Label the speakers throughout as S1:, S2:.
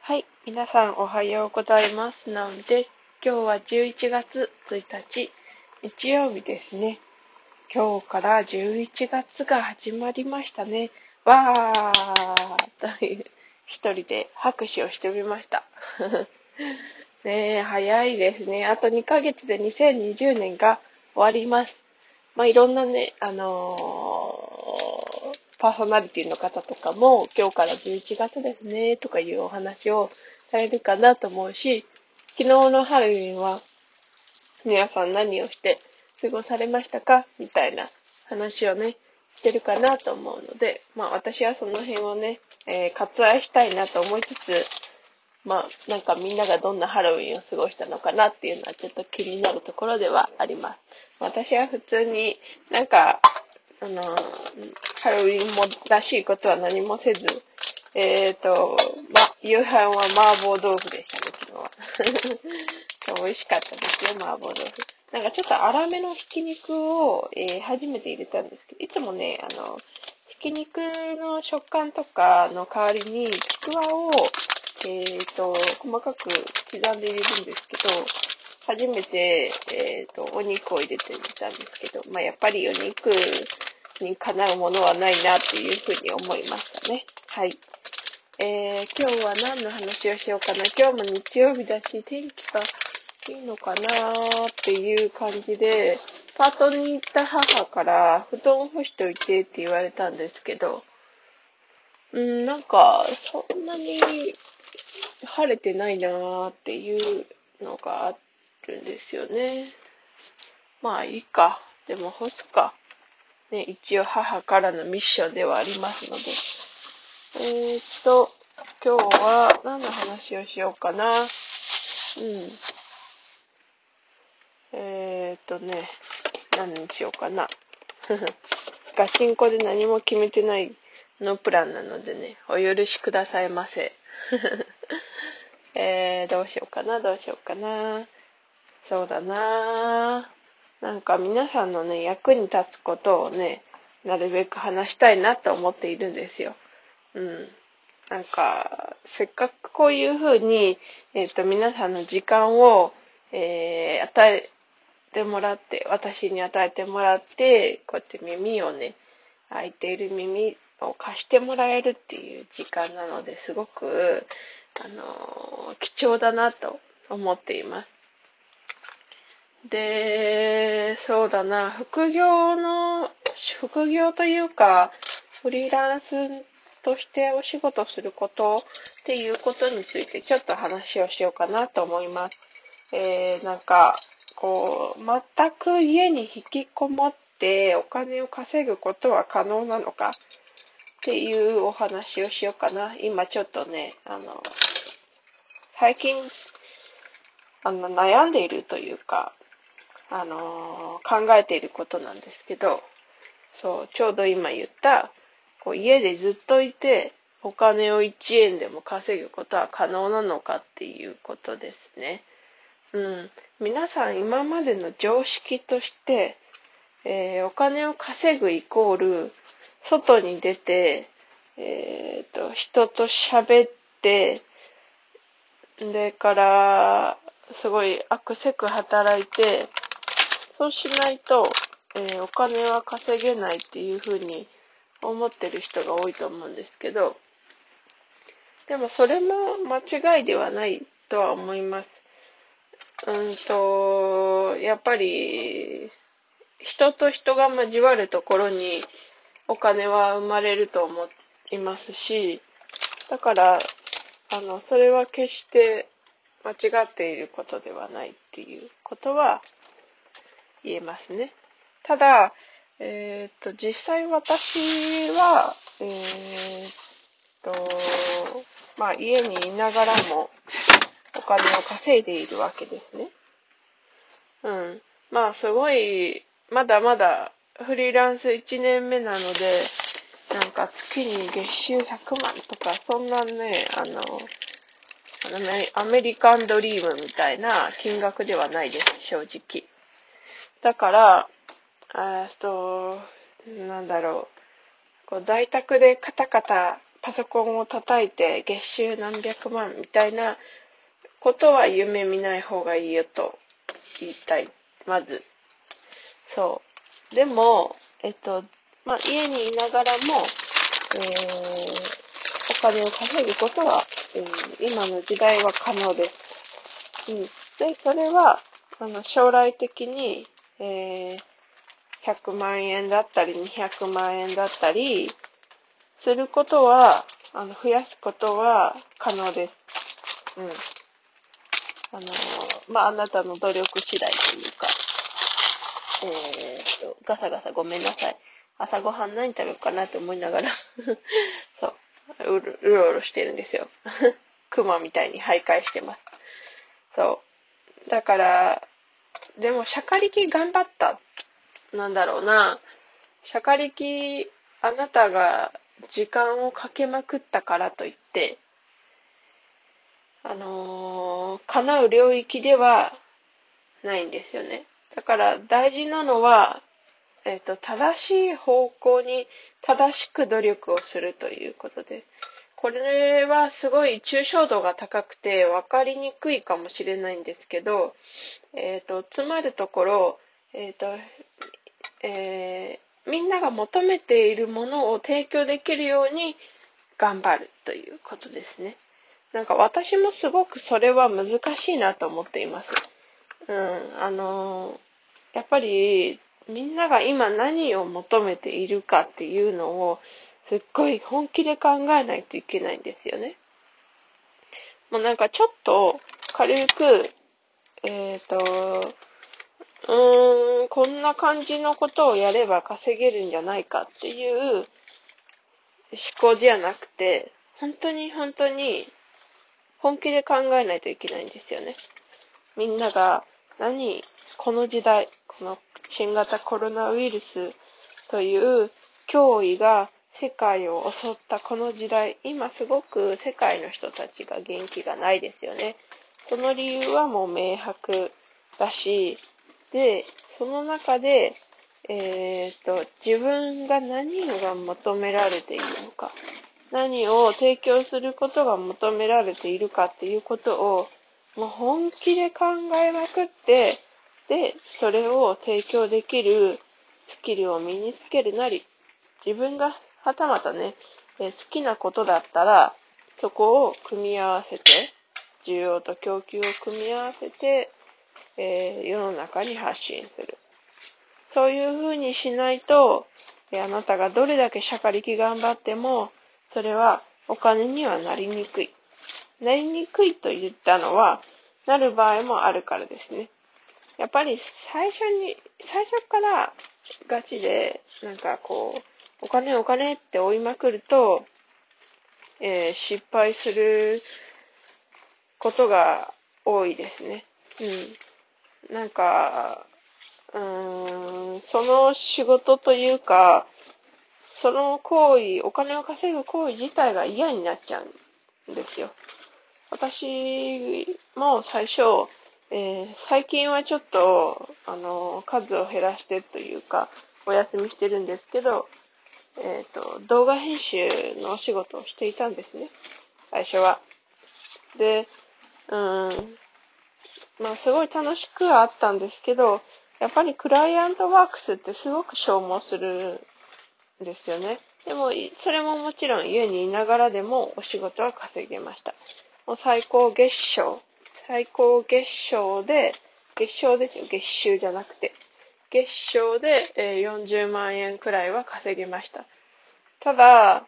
S1: はい、皆さんおはようございます。なおみです。今日は11月1日、日曜日ですね。今日から11月が始まりましたね。わーという一人で拍手をしてみました。ねえ、早いですね。あと2ヶ月で2020年が終わります。いろんなね、パーソナリティの方とかも今日から11月ですねとかいうお話をされるかなと思うし、昨日のハロウィンは皆さん何をして過ごされましたかみたいな話をね、してるかなと思うので、私はその辺をね、割愛したいなと思いつつ、なんかみんながどんなハロウィンを過ごしたのかなっていうのはちょっと気になるところではあります。私は普通になんか、ハロウィンもらしいことは何もせず、夕飯は麻婆豆腐でしたね、昨日は。美味しかったですよ、麻婆豆腐。なんかちょっと粗めのひき肉を、初めて入れたんですけど、いつもね、ひき肉の食感とかの代わりに、ちくわを、細かく刻んで入れるんですけど、初めて、お肉を入れてみたんですけど、やっぱりお肉にかなうものはないなっていうふうに思いましたね。はい。今日は何の話をしようかな。今日も日曜日だし、天気がいいのかなっていう感じで、パートに行った母から布団干しといてって言われたんですけど、なんか、そんなに晴れてないなーっていうのがあるんですよね。いいか。でも干すか。ね、一応母からのミッションではありますので。今日は何の話をしようかな。何にしようかな。ガチンコで何も決めてないノープランなのでね、お許しくださいませ。どうしようかな。そうだな。なんか皆さんのね、役に立つことをね、なるべく話したいなと思っているんですよ。なんか、せっかくこういうふうに、皆さんの時間を、与えてもらって、私に与えてもらって、こうやって耳をね、開いている耳を貸してもらえるっていう時間なので、すごく、貴重だなと思っています。で、そうだな、副業というか、フリーランスとしてお仕事することっていうことについてちょっと話をしようかなと思います。なんか、全く家に引きこもってお金を稼ぐことは可能なのかっていうお話をしようかな。今ちょっとね、最近、悩んでいるというか、考えていることなんですけど、そう、ちょうど今言った、家でずっといて、お金を1円でも稼ぐことは可能なのかっていうことですね。皆さん今までの常識として、お金を稼ぐイコール、外に出て、人と喋って、でから、すごいあくせく働いて、そうしないと、お金は稼げないっていうふうに思ってる人が多いと思うんですけど、でもそれも間違いではないとは思います。やっぱり、人と人が交わるところにお金は生まれると思いますし、だから、それは決して間違っていることではないっていうことは言えますね。ただ、実際私は、家にいながらもお金を稼いでいるわけですね。すごい、まだまだフリーランス1年目なので、なんか月に月収100万とか、そんなね、アメリカンドリームみたいな金額ではないです、正直。だから、なんだろう、在宅でカタカタパソコンを叩いて月収何百万みたいなことは夢見ない方がいいよと言いたい。まず。そう。でも、家にいながらも、お金を稼ぐことは、今の時代は可能です。で、それは、将来的に、100万円だったり、200万円だったり、することは、増やすことは可能です。あなたの努力次第というか、ガサガサごめんなさい。朝ごはん何食べようかなって思いながらそう、うろうろしてるんですよ。熊みたいに徘徊してます。そう。だから、でも、しゃかりき頑張った。なんだろうな。しゃかりき、あなたが時間をかけまくったからといって、叶う領域ではないんですよね。だから大事なのは、正しい方向に正しく努力をするということで、これはすごい抽象度が高くて分かりにくいかもしれないんですけど、つまるところ、みんなが求めているものを提供できるように頑張るということですね。なんか私もすごくそれは難しいなと思っています。やっぱりみんなが今何を求めているかっていうのをすっごい本気で考えないといけないんですよね。もうなんかちょっと軽く、こんな感じのことをやれば稼げるんじゃないかっていう思考じゃなくて、本当に本当に本気で考えないといけないんですよね。みんながこの時代、この新型コロナウイルスという脅威が世界を襲ったこの時代、今すごく世界の人たちが元気がないですよね。その理由はもう明白だし、で、その中で、自分が何が求められているのか、何を提供することが求められているかっていうことを、もう本気で考えまくって、で、それを提供できるスキルを身につけるなり、自分がはたまたね、好きなことだったら、そこを組み合わせて、需要と供給を組み合わせて、世の中に発信する。そういうふうにしないと、あなたがどれだけしゃかりき頑張っても、それはお金にはなりにくい。なりにくいと言ったのは、なる場合もあるからですね。やっぱり最初からガチで、なんかこう、お金って追いまくると、失敗することが多いですね。なんか、その仕事というか、その行為、お金を稼ぐ行為自体が嫌になっちゃうんですよ。私も最初、最近はちょっと、数を減らしてというか、お休みしてるんですけど、動画編集のお仕事をしていたんですね。最初は。で、すごい楽しくはあったんですけど、やっぱりクライアントワークスってすごく消耗するんですよね。でも、それももちろん家にいながらでもお仕事は稼げました。もう最高月賞で、月賞ですよ、月収じゃなくて。月賞で、40万円くらいは稼げました。ただ、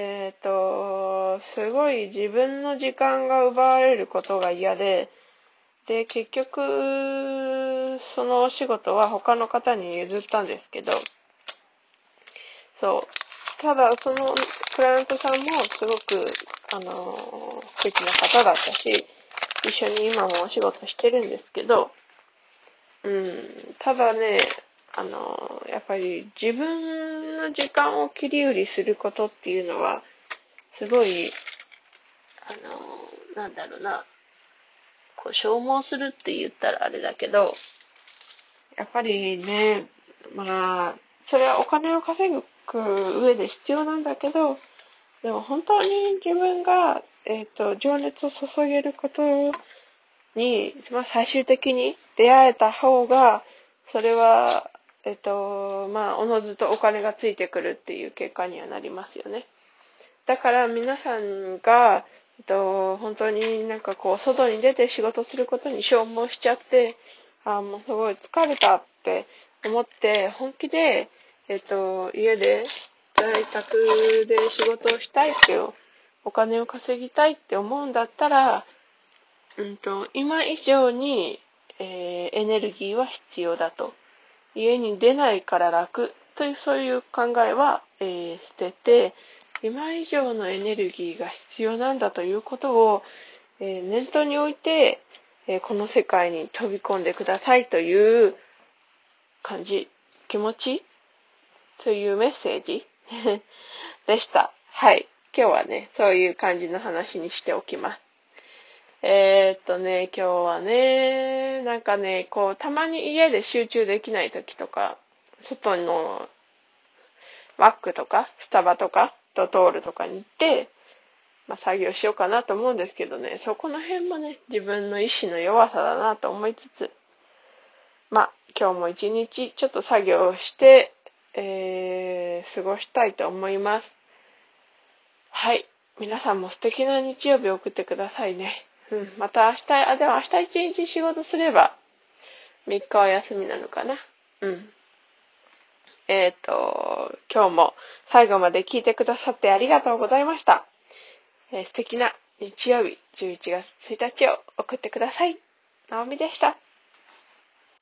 S1: すごい自分の時間が奪われることが嫌で、で、結局、そのお仕事は他の方に譲ったんですけど、そう。ただ、そのクライアントさんもすごく、素敵な方だったし、一緒に今もお仕事してるんですけど、ただね、やっぱり自分の時間を切り売りすることっていうのは、すごい、なんだろうな、こう消耗するって言ったらあれだけど、やっぱりね、それはお金を稼ぐ上で必要なんだけど、 でも本当に自分が、情熱を注げることに、最終的に出会えた方が、それは、おのずとお金がついてくるっていう結果にはなりますよね。だから皆さんが、本当になんかこう、外に出て仕事することに消耗しちゃって、もうすごい疲れたって思って、本気で、家で在宅で仕事をしたいっていう、お金を稼ぎたいって思うんだったら、今以上に、エネルギーは必要だと。家に出ないから楽というそういう考えは、捨てて、今以上のエネルギーが必要なんだということを、念頭に置いて、この世界に飛び込んでくださいという感じ、気持ちというメッセージでした。はい。今日はね、そういう感じの話にしておきます。今日はね、なんかね、こう、たまに家で集中できない時とか、外のマックとか、スタバとか、ドトールとかに行って、作業しようかなと思うんですけどね、そこの辺もね、自分の意志の弱さだなと思いつつ、今日も一日ちょっと作業をして、過ごしたいと思います。はい。皆さんも素敵な日曜日を送ってくださいね。また明日、でも明日一日仕事すれば、3日は休みなのかな。今日も最後まで聞いてくださってありがとうございました。素敵な日曜日、11月1日を送ってください。なおみでした。